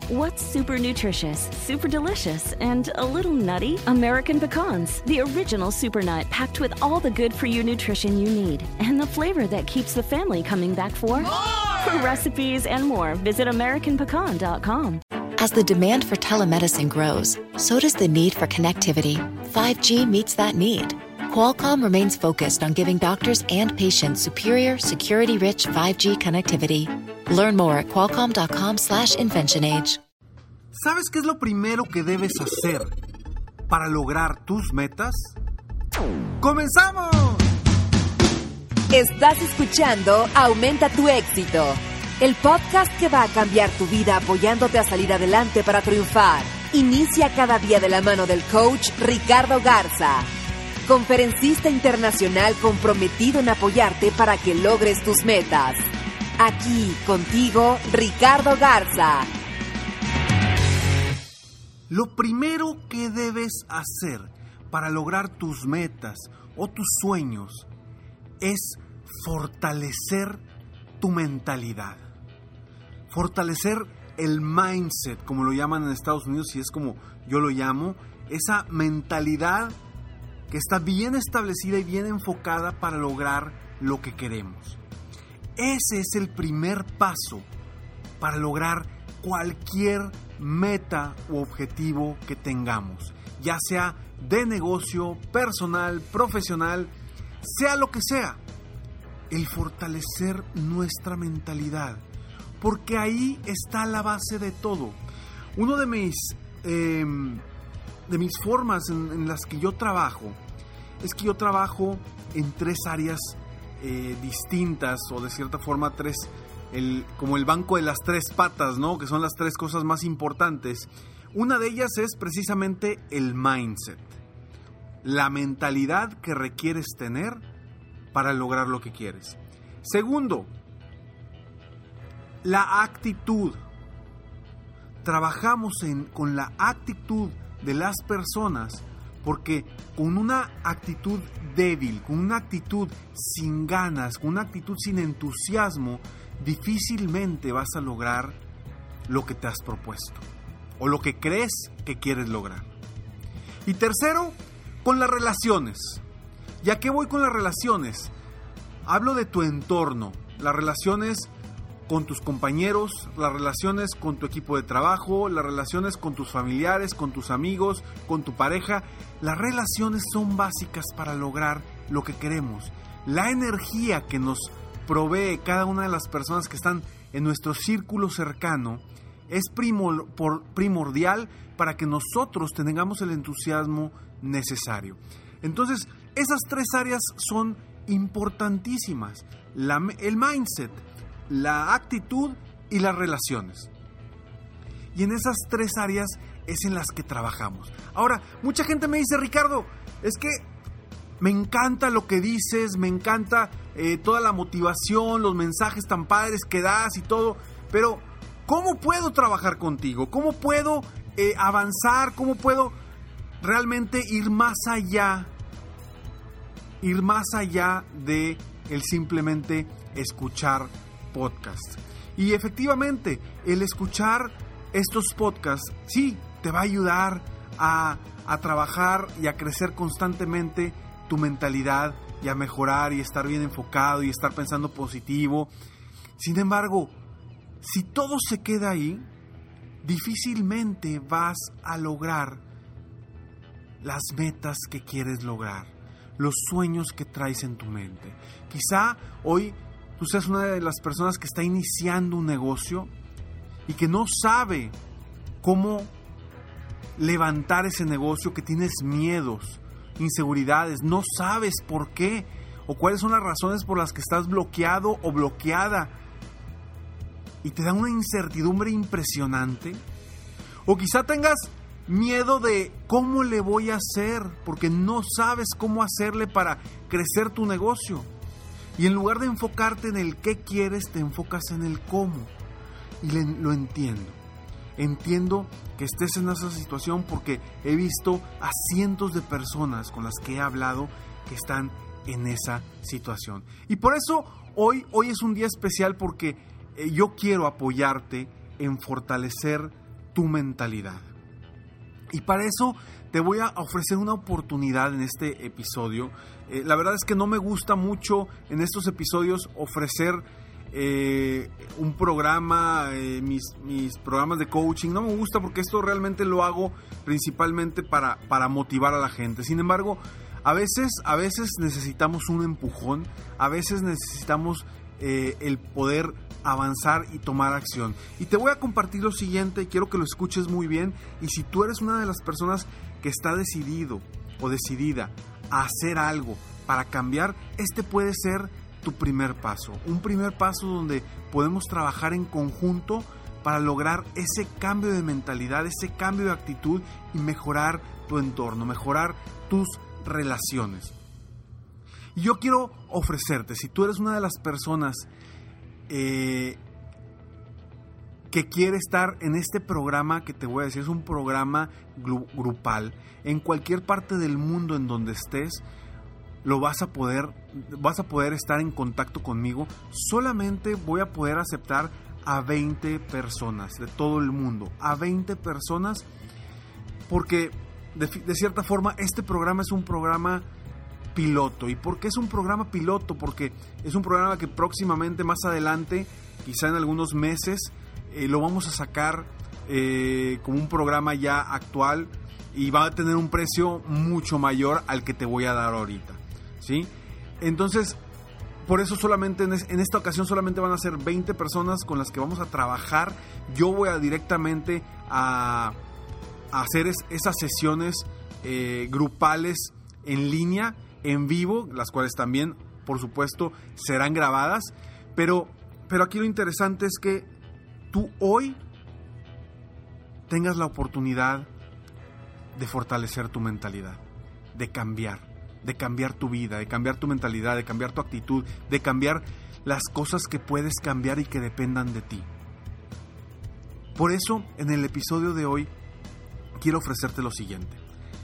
What's super nutritious, super delicious, and a little nutty? American Pecans, the original super nut packed with all the good-for-you nutrition you need and the flavor that keeps the family coming back for more! For recipes and more, visit AmericanPecan.com. As the demand for telemedicine grows, so does the need for connectivity. 5G meets that need. Qualcomm remains focused on giving doctors and patients superior, security-rich 5G connectivity. Learn more at qualcomm.com/InventionAge. ¿Sabes qué es lo primero que debes hacer para lograr tus metas? ¡Comenzamos! Estás escuchando Aumenta tu éxito, el podcast que va a cambiar tu vida apoyándote a salir adelante para triunfar. Inicia cada día de la mano del coach Ricardo Garza, conferencista internacional comprometido en apoyarte para que logres tus metas. Aquí contigo, Ricardo Garza. Lo primero que debes hacer para lograr tus metas o tus sueños es fortalecer tu mentalidad. Fortalecer el mindset, como lo llaman en Estados Unidos, y es como yo lo llamo, esa mentalidad que está bien establecida y bien enfocada para lograr lo que queremos. Ese es el primer paso para lograr cualquier meta u objetivo que tengamos, ya sea de negocio, personal, profesional, sea lo que sea. El fortalecer nuestra mentalidad, porque ahí está la base de todo. Uno de mis formas en las que yo trabajo es que yo trabajo en 3 áreas distintas, o de cierta forma como el banco de las 3 patas, ¿no? Que son las 3 cosas más importantes. Una de ellas es precisamente el mindset, la mentalidad que requieres tener para lograr lo que quieres. Segundo, la actitud. Trabajamos con la actitud de las personas, porque con una actitud débil, con una actitud sin ganas, con una actitud sin entusiasmo, difícilmente vas a lograr lo que te has propuesto o lo que crees que quieres lograr. Y tercero, con las relaciones. ¿Y a qué voy con las relaciones? Hablo de tu entorno, las relaciones con tus compañeros, las relaciones con tu equipo de trabajo, las relaciones con tus familiares, con tus amigos, con tu pareja. Las relaciones son básicas para lograr lo que queremos. La energía que nos provee cada una de las personas que están en nuestro círculo cercano es primordial para que nosotros tengamos el entusiasmo necesario. Entonces, esas 3 áreas son importantísimas. El mindset, la actitud y las relaciones. Y en esas 3 áreas es en las que trabajamos. Ahora, mucha gente me dice: Ricardo, es que me encanta lo que dices, me encanta toda la motivación, los mensajes tan padres que das y todo, pero ¿cómo puedo trabajar contigo? ¿Cómo puedo avanzar? ¿Cómo puedo realmente ir más allá de el simplemente escuchar podcast? Y efectivamente, el escuchar estos podcasts sí te va a ayudar a trabajar y a crecer constantemente tu mentalidad y a mejorar y estar bien enfocado y estar pensando positivo. Sin embargo, si todo se queda ahí, difícilmente vas a lograr las metas que quieres lograr, los sueños que traes en tu mente. Quizá hoy tú seas una de las personas que está iniciando un negocio y que no sabe cómo levantar ese negocio, que tienes miedos, inseguridades, no sabes por qué o cuáles son las razones por las que estás bloqueado o bloqueada y te da una incertidumbre impresionante. O quizá tengas miedo de cómo le voy a hacer, porque no sabes cómo hacerle para crecer tu negocio. Y en lugar de enfocarte en el qué quieres, te enfocas en el cómo. Y lo entiendo. Entiendo que estés en esa situación porque he visto a cientos de personas con las que he hablado que están en esa situación. Y por eso hoy es un día especial, porque yo quiero apoyarte en fortalecer tu mentalidad. Y para eso te voy a ofrecer una oportunidad en este episodio. La verdad es que no me gusta mucho en estos episodios ofrecer un programa, mis programas de coaching. No me gusta porque esto realmente lo hago principalmente para motivar a la gente. Sin embargo, a veces necesitamos un empujón, a veces necesitamos el poder avanzar y tomar acción. Y te voy a compartir lo siguiente, quiero que lo escuches muy bien. Y si tú eres una de las personas que está decidido o decidida a hacer algo para cambiar, este puede ser tu primer paso. Un primer paso donde podemos trabajar en conjunto para lograr ese cambio de mentalidad, ese cambio de actitud y mejorar tu entorno, mejorar tus relaciones. Y yo quiero ofrecerte, si tú eres una de las personas que quiere estar en este programa que te voy a decir, es un programa grupal, en cualquier parte del mundo en donde estés, vas a poder estar en contacto conmigo. Solamente voy a poder aceptar a 20 personas de todo el mundo, a 20 personas, porque de cierta forma este programa es un programa piloto. ¿Y por qué es un programa piloto? Porque es un programa que próximamente, más adelante, quizá en algunos meses, lo vamos a sacar como un programa ya actual y va a tener un precio mucho mayor al que te voy a dar ahorita, ¿sí? Entonces, por eso solamente en esta ocasión solamente van a ser 20 personas con las que vamos a trabajar. Yo voy a directamente a hacer esas sesiones grupales en línea, en vivo, las cuales también, por supuesto, serán grabadas. Pero aquí lo interesante es que tú hoy tengas la oportunidad de fortalecer tu mentalidad, de cambiar tu vida, de cambiar tu mentalidad, de cambiar tu actitud, de cambiar las cosas que puedes cambiar y que dependan de ti. Por eso, en el episodio de hoy, quiero ofrecerte lo siguiente.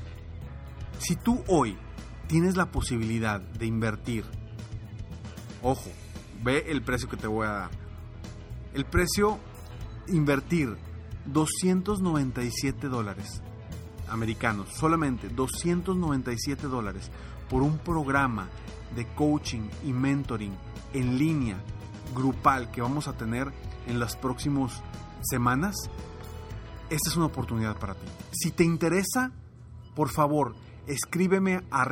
Si tú hoy tienes la posibilidad de invertir, ojo, ve el precio que te voy a dar. El precio, invertir $297 americanos, solamente $297 por un programa de coaching y mentoring en línea grupal que vamos a tener en las próximas semanas. Esta es una oportunidad para ti. Si te interesa, por favor, escríbeme a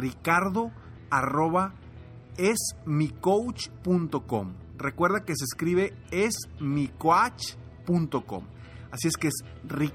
ricardo@esmicoach.com. Recuerda que se escribe esmicoach.com. Así es que es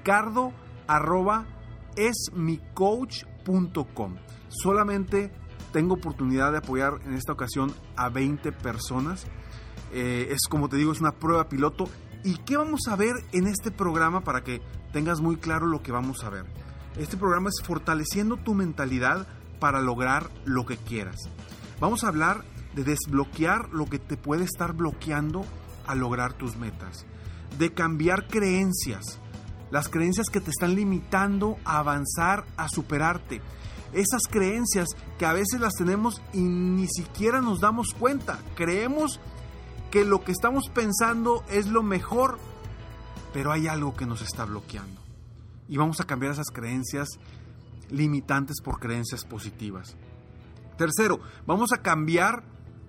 ricardo@esmicoach.com. Solamente tengo oportunidad de apoyar en esta ocasión a 20 personas. Es, como te digo, es una prueba piloto. ¿Y qué vamos a ver en este programa para que tengas muy claro lo que vamos a ver? Este programa es fortaleciendo tu mentalidad para lograr lo que quieras. Vamos a hablar de desbloquear lo que te puede estar bloqueando a lograr tus metas. De cambiar creencias, las creencias que te están limitando a avanzar, a superarte. Esas creencias que a veces las tenemos y ni siquiera nos damos cuenta. Creemos que lo que estamos pensando es lo mejor, pero hay algo que nos está bloqueando. Y vamos a cambiar esas creencias limitantes por creencias positivas. Tercero, vamos a cambiar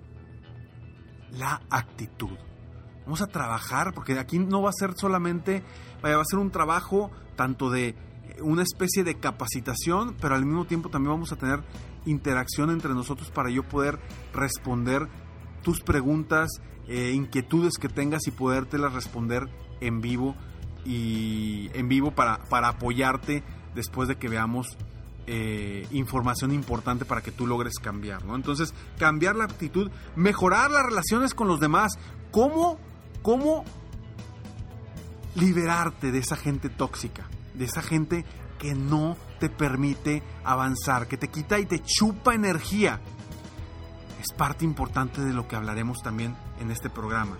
la actitud. Vamos a trabajar, porque aquí no va a ser solamente, va a ser un trabajo tanto de una especie de capacitación, pero al mismo tiempo también vamos a tener interacción entre nosotros para yo poder responder tus preguntas, inquietudes que tengas y podértelas responder en vivo para apoyarte después de que veamos información importante para que tú logres cambiar, ¿no? Entonces, cambiar la actitud, mejorar las relaciones con los demás. ¿Cómo liberarte de esa gente tóxica, de esa gente que no te permite avanzar, que te quita y te chupa energía? Es parte importante de lo que hablaremos también en este programa.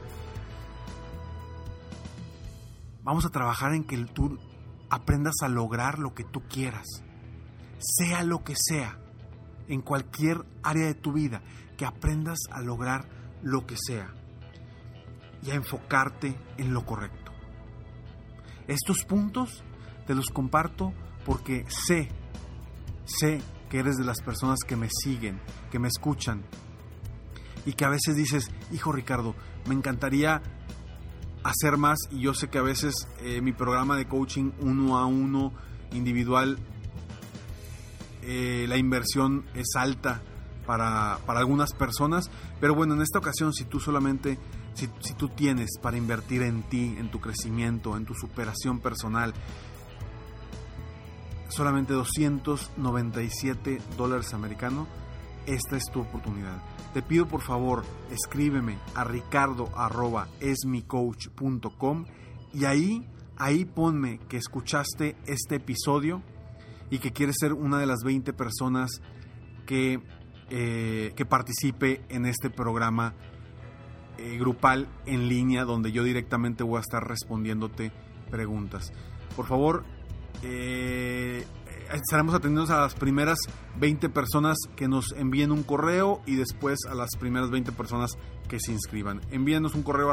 Vamos a trabajar en que tú aprendas a lograr lo que tú quieras, sea lo que sea, en cualquier área de tu vida, que aprendas a lograr lo que sea y a enfocarte en lo correcto. Estos puntos Te los comparto porque sé que eres de las personas que me siguen, que me escuchan y que a veces dices, hijo Ricardo, me encantaría hacer más, y yo sé que a veces mi programa de coaching 1-a-1 individual, la inversión es alta para algunas personas, pero bueno, en esta ocasión si tú tienes para invertir en ti, en tu crecimiento, en tu superación personal, solamente $297 americanos, esta es tu oportunidad. Te pido por favor, escríbeme a ricardo@esmicoach.com y ahí ponme que escuchaste este episodio y que quieres ser una de las 20 personas que participe en este programa grupal en línea, donde yo directamente voy a estar respondiéndote preguntas. Por favor, estaremos atendiendo a las primeras 20 personas que nos envíen un correo y después a las primeras 20 personas que se inscriban. Envíanos un correo a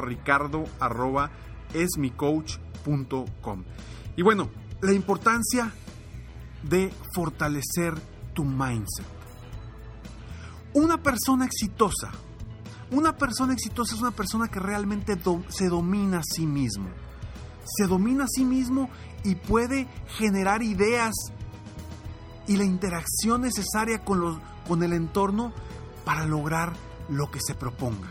ricardo@esmicoach.com. Y bueno, la importancia de fortalecer tu mindset. Una persona exitosa es una persona que realmente se domina a sí mismo. Se domina a sí mismo y puede generar ideas y la interacción necesaria con el entorno para lograr lo que se proponga.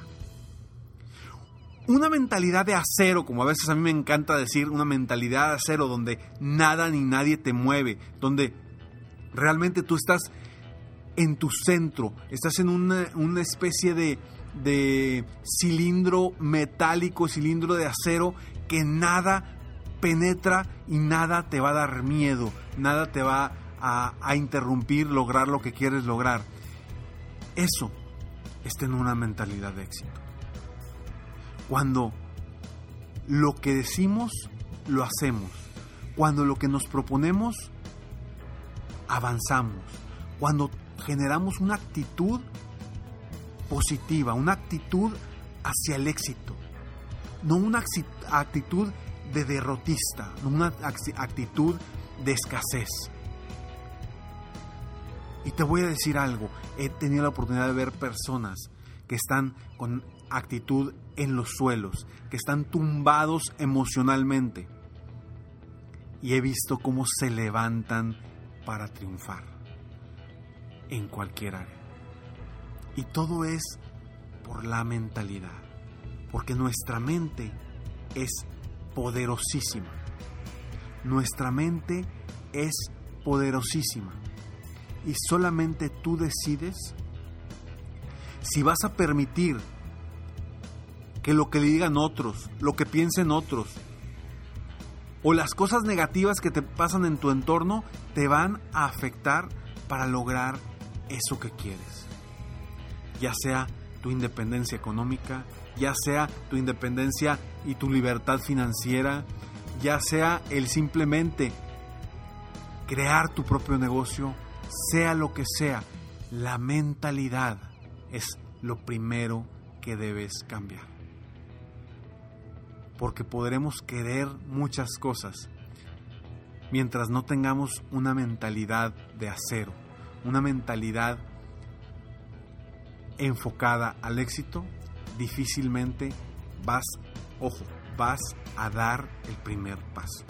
Una mentalidad de acero, como a veces a mí me encanta decir, una mentalidad de acero donde nada ni nadie te mueve, donde realmente tú estás en tu centro, estás en una especie de cilindro metálico, cilindro de acero que nada penetra y nada te va a dar miedo, nada te va a interrumpir lograr lo que quieres lograr. Eso es tener una mentalidad de éxito. Cuando lo que decimos lo hacemos, cuando lo que nos proponemos avanzamos, cuando generamos una actitud positiva, una actitud hacia el éxito, no una actitud de derrotista, no una actitud de escasez. Y te voy a decir algo, he tenido la oportunidad de ver personas que están con actitud en los suelos, que están tumbados emocionalmente, y he visto cómo se levantan para triunfar en cualquier área. Y todo es por la mentalidad, porque nuestra mente es poderosísima. Nuestra mente es poderosísima. Y solamente tú decides si vas a permitir que lo que le digan otros, lo que piensen otros, o las cosas negativas que te pasan en tu entorno te van a afectar para lograr eso que quieres. Ya sea tu independencia económica, ya sea tu independencia y tu libertad financiera, ya sea el simplemente crear tu propio negocio, sea lo que sea, la mentalidad es lo primero que debes cambiar. Porque podremos querer muchas cosas mientras no tengamos una mentalidad de acero, una mentalidad enfocada al éxito, difícilmente vas a dar el primer paso.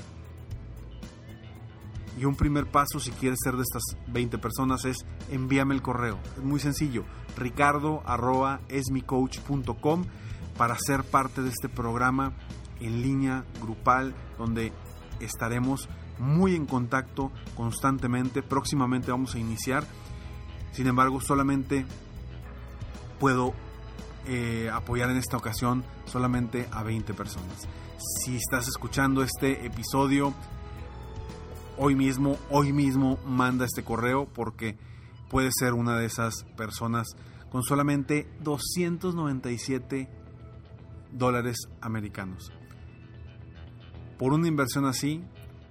Y un primer paso, si quieres ser de estas 20 personas, es envíame el correo. Es muy sencillo, ricardo@esmicoach.com, para ser parte de este programa en línea grupal, donde estaremos muy en contacto constantemente. Próximamente vamos a iniciar. Sin embargo, solamente puedo apoyar en esta ocasión solamente a 20 personas. Si estás escuchando este episodio hoy mismo manda este correo, porque puedes ser una de esas personas con solamente $297 americanos. Por una inversión así,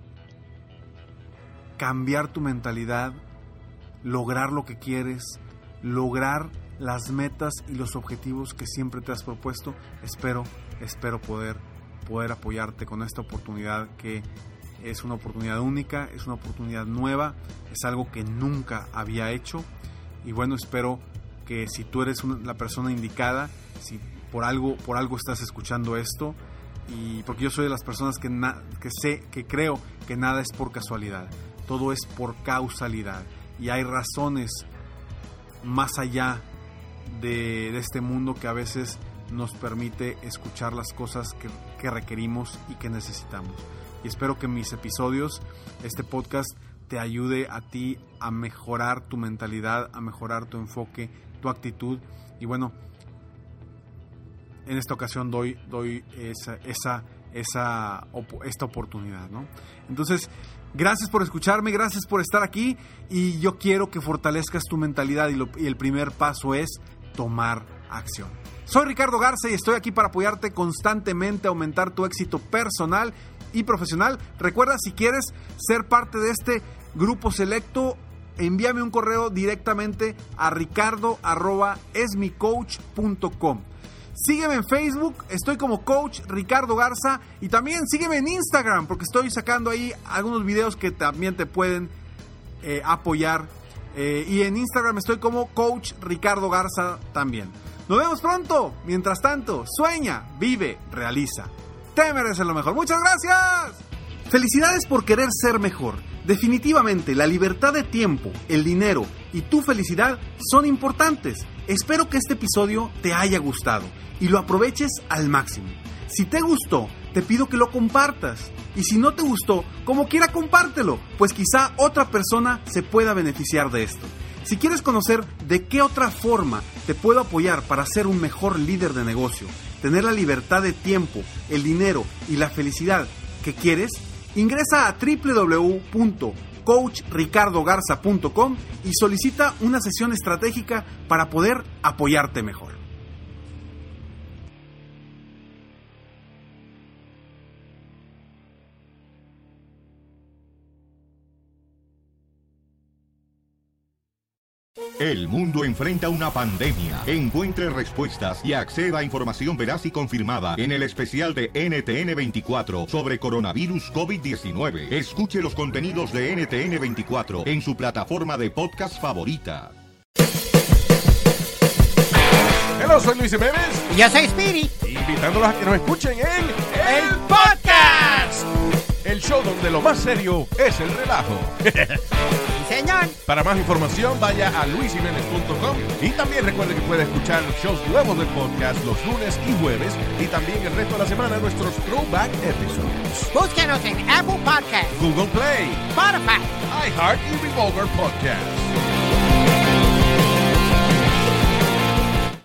cambiar tu mentalidad, lograr lo que quieres, lograr las metas y los objetivos que siempre te has propuesto. Espero poder apoyarte con esta oportunidad que es una oportunidad única, es una oportunidad nueva, es algo que nunca había hecho. Y bueno, espero que si tú eres la persona indicada, si por algo estás escuchando esto, y porque yo soy de las personas que creo que nada es por casualidad, todo es por causalidad, y hay razones más allá de este mundo que a veces nos permite escuchar las cosas que requerimos y que necesitamos. Y espero que mis episodios, este podcast, te ayude a ti a mejorar tu mentalidad, a mejorar tu enfoque, tu actitud. Y bueno, en esta ocasión doy esta oportunidad, ¿no? Entonces, gracias por escucharme, gracias por estar aquí, y yo quiero que fortalezcas tu mentalidad, y el primer paso es tomar acción. Soy Ricardo Garza y estoy aquí para apoyarte constantemente a aumentar tu éxito personal y profesional. Recuerda, si quieres ser parte de este grupo selecto, envíame un correo directamente a ricardo@esmicoach.com. Sígueme en Facebook, estoy como Coach Ricardo Garza, y también sígueme en Instagram, porque estoy sacando ahí algunos videos que también te pueden apoyar. Y en Instagram estoy como Coach Ricardo Garza también. Nos vemos pronto. Mientras tanto, sueña, vive, realiza. Te mereces lo mejor. ¡Muchas gracias! Felicidades por querer ser mejor. Definitivamente, la libertad de tiempo, el dinero y tu felicidad son importantes. Espero que este episodio te haya gustado y lo aproveches al máximo. Si te gustó, te pido que lo compartas. Y si no te gustó, como quiera compártelo, pues quizá otra persona se pueda beneficiar de esto. Si quieres conocer de qué otra forma te puedo apoyar para ser un mejor líder de negocio, tener la libertad de tiempo, el dinero y la felicidad que quieres, ingresa a www.coachricardogarza.com y solicita una sesión estratégica para poder apoyarte mejor. El mundo enfrenta una pandemia. Encuentre respuestas y acceda a información veraz y confirmada en el especial de NTN24 sobre coronavirus COVID-19. Escuche los contenidos de NTN24 en su plataforma de podcast favorita. Hello, soy Luis Jiménez. Y yo soy Spirit. Invitándolos a que nos escuchen en ¡El Podcast! el show donde lo más serio es el relajo. Sí, señor. Para más información, vaya a luisjimenez.com y también recuerde que puede escuchar los shows nuevos del podcast los lunes y jueves, y también el resto de la semana nuestros throwback episodes. Búsquenos en Apple Podcast, Google Play, Spotify, iHeart y Revolver Podcast.